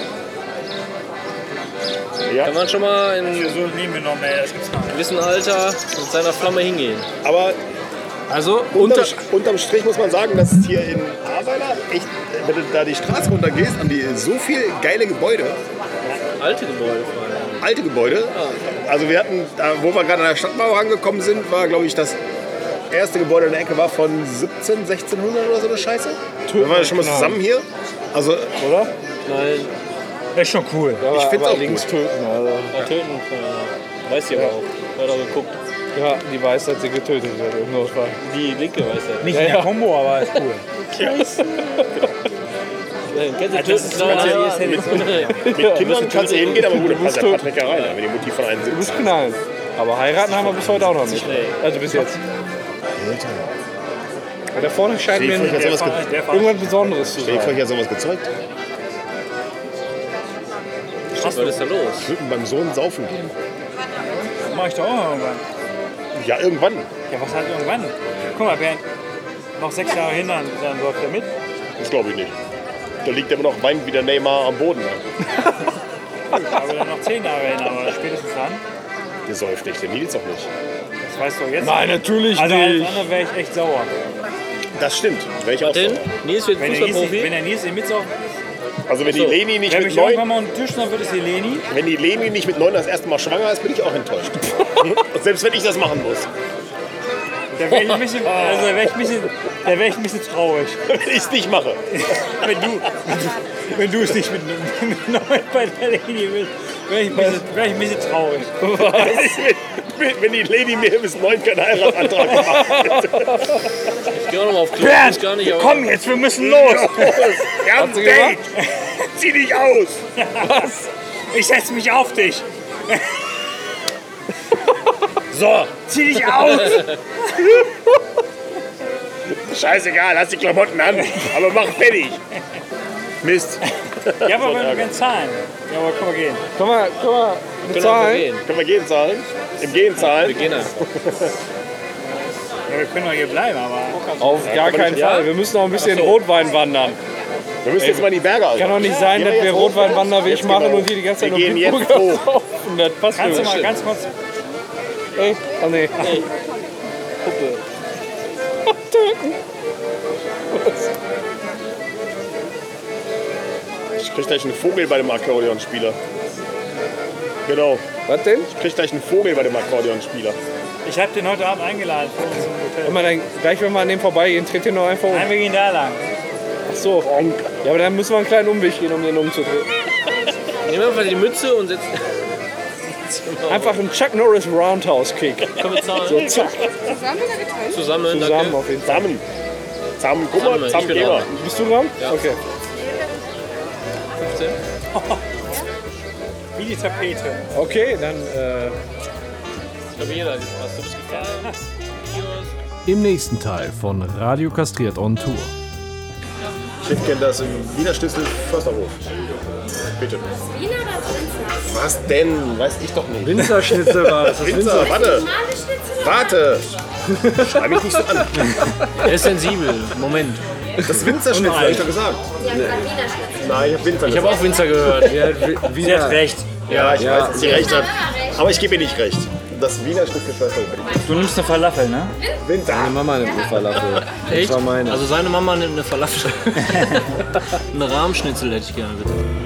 Ja. Kann man schon mal in einem So nehmen wir noch mehr, das gibt's noch nicht. gewissen Alter mit seiner Flamme hingehen. Aber Also, unterm Strich muss man sagen, dass hier in Ahrweiler echt, wenn du da die Straße runter gehst, haben die so viel geile Gebäude, Alte Gebäude vor allem. alte Gebäude. Also wir hatten, da, wo wir gerade an der Stadtmauer angekommen sind, war glaube ich das erste Gebäude in der Ecke war von 1600 oder so eine Scheiße. Wir waren schon mal zusammen hier. Also, oder? Nein, Das ist schon cool. Ich finde es auch links gut. töten, Alter. ja, töten. Weiß sie aber auch. Hat auch geguckt. Ja, die weiß, dass sie getötet wird im Notfall. Die linke weiß er. Nicht in der Kombo, aber ist cool. Kennst du Das ist so, als Mit Kindern kannst du hingehen, aber gut, dann passt der Patrick ja rein, wenn die Mutti von einem Du musst sitzt. knallen. Aber heiraten haben wir bis heute auch noch nicht. Also bis jetzt. Aber da vorne scheint mir Stell dir vor, irgendwas Besonderes zu ich sein. habe sowas gezeugt. Was ist da los? Ich würde beim Sohn saufen gehen. Das mach ich doch auch irgendwann. Ja, irgendwann. Ja, was halt irgendwann? Guck mal, Bernd, noch 6 Jahre hin, dann läuft er mit. Das glaube ich nicht. Da liegt immer noch Wein wie der Neymar am Boden. Aber dann noch 10 Jahre hin, aber spätestens dann. Der säuft nicht, der Nils auch nicht. Das weißt du jetzt. Nein, natürlich Also als nicht. andere wäre ich echt sauer. Das stimmt. Wäre ich auch Denn so. Nils wird Wenn der Fußballprofi. Nils den mitsaufen, Also wenn die Leni nicht wenn mit mich irgendwann 9, mal unter den Tisch, dann wird es Heleni. wenn die Leni nicht mit 9 das erste Mal schwanger ist, bin ich auch enttäuscht. Selbst wenn ich das machen muss. Da wäre ich ein bisschen, also da wär ich ein bisschen traurig. Wenn ich es nicht mache. Wenn du es nicht mit 9 bei der Heleni willst, wäre ich ein bisschen traurig. Wenn die Leni mir bis 9 keinen Heiratsantrag gemacht hätte. Ich geh auch noch mal auf Klo. Bernd, Ich gar nicht, aber komm jetzt, wir müssen los. Wir haben ein Date. Zieh dich aus. Was? Ich setze mich auf dich. So, zieh dich aus. Scheißegal, lass die Klamotten an. Aber mach fertig. Mist. Ja, aber wenn wir können zahlen. Ja, aber komm mal gehen. Komm mal, wir können einfach bezahlen. gehen. Können wir gehen zahlen? Im Gehen Wir zahlen? gehen einfach. Ja, wir können doch hier bleiben, aber... Auf gar keinen Ja? Fall. Wir müssen noch ein bisschen Ach so. Rotwein wandern. Wir müssen jetzt mal in die Berge. Kann doch nicht sein, dass wir Rotweinwanderweg machen und hier die ganze Zeit Wir gehen jetzt Bitburger hoch. saufen. Das passt Kannst du nicht. mal ganz kurz... Ey, oh nee. Puppe. Ich krieg gleich einen Vogel bei dem Akkordeonspieler. Genau. Was denn? Ich krieg gleich einen Vogel bei dem Akkordeonspieler. Ich habe den heute Abend eingeladen für uns im Hotel. Immer dann, gleich wenn wir an dem vorbeigehen, tritt den noch einfach um. Nein, wir gehen da lang. Ach so. Ja, aber dann müssen wir einen kleinen Umweg gehen, um den umzudrehen. Nehmen wir einfach die Mütze und setzen. Einfach einen Chuck Norris Roundhouse Kick. Können wir zahlen? So, zack, Zusammen, zusammen danke. auf jeden Fall. Zusammen. Zusammen, guck mal, Zusammen, ich zusammen bin gehen wir. dran. Bist du dran? Ja. Okay. 15. Wie die Tapete. Okay, dann Ich glaube, jeder hat jetzt was. Du bist gefallen. Cheers. im nächsten Teil von Radio Kastriert on Tour. Ich hätte gerne das im Wiener Schnitzel Försterhof. Bitte. Wiener oder Winzer? Was denn? Weiß ich doch nicht. Winzerschnitzel war das. Winzer, warte. Warte. Schrei mich nicht so an. Er ist sensibel. Moment. Das Winzerschnitzel, habe ich doch gesagt. Ja, Wiener Schnitzel. Nein, ich habe Winzer Ich habe gesagt. auch Winzer gehört. Sie hat recht. Ja, ich weiß, dass sie recht hat. Aber ich gebe ihr nicht recht. Das Wiener Schnitzel Försterhof. Du nimmst eine Falafel, ne? Winzer. Meine Mama nimmt eine Falafel. Echt? Das war meine. Also seine Mama nimmt eine Falafel. Einen Rahmschnitzel hätte ich gerne, bitte.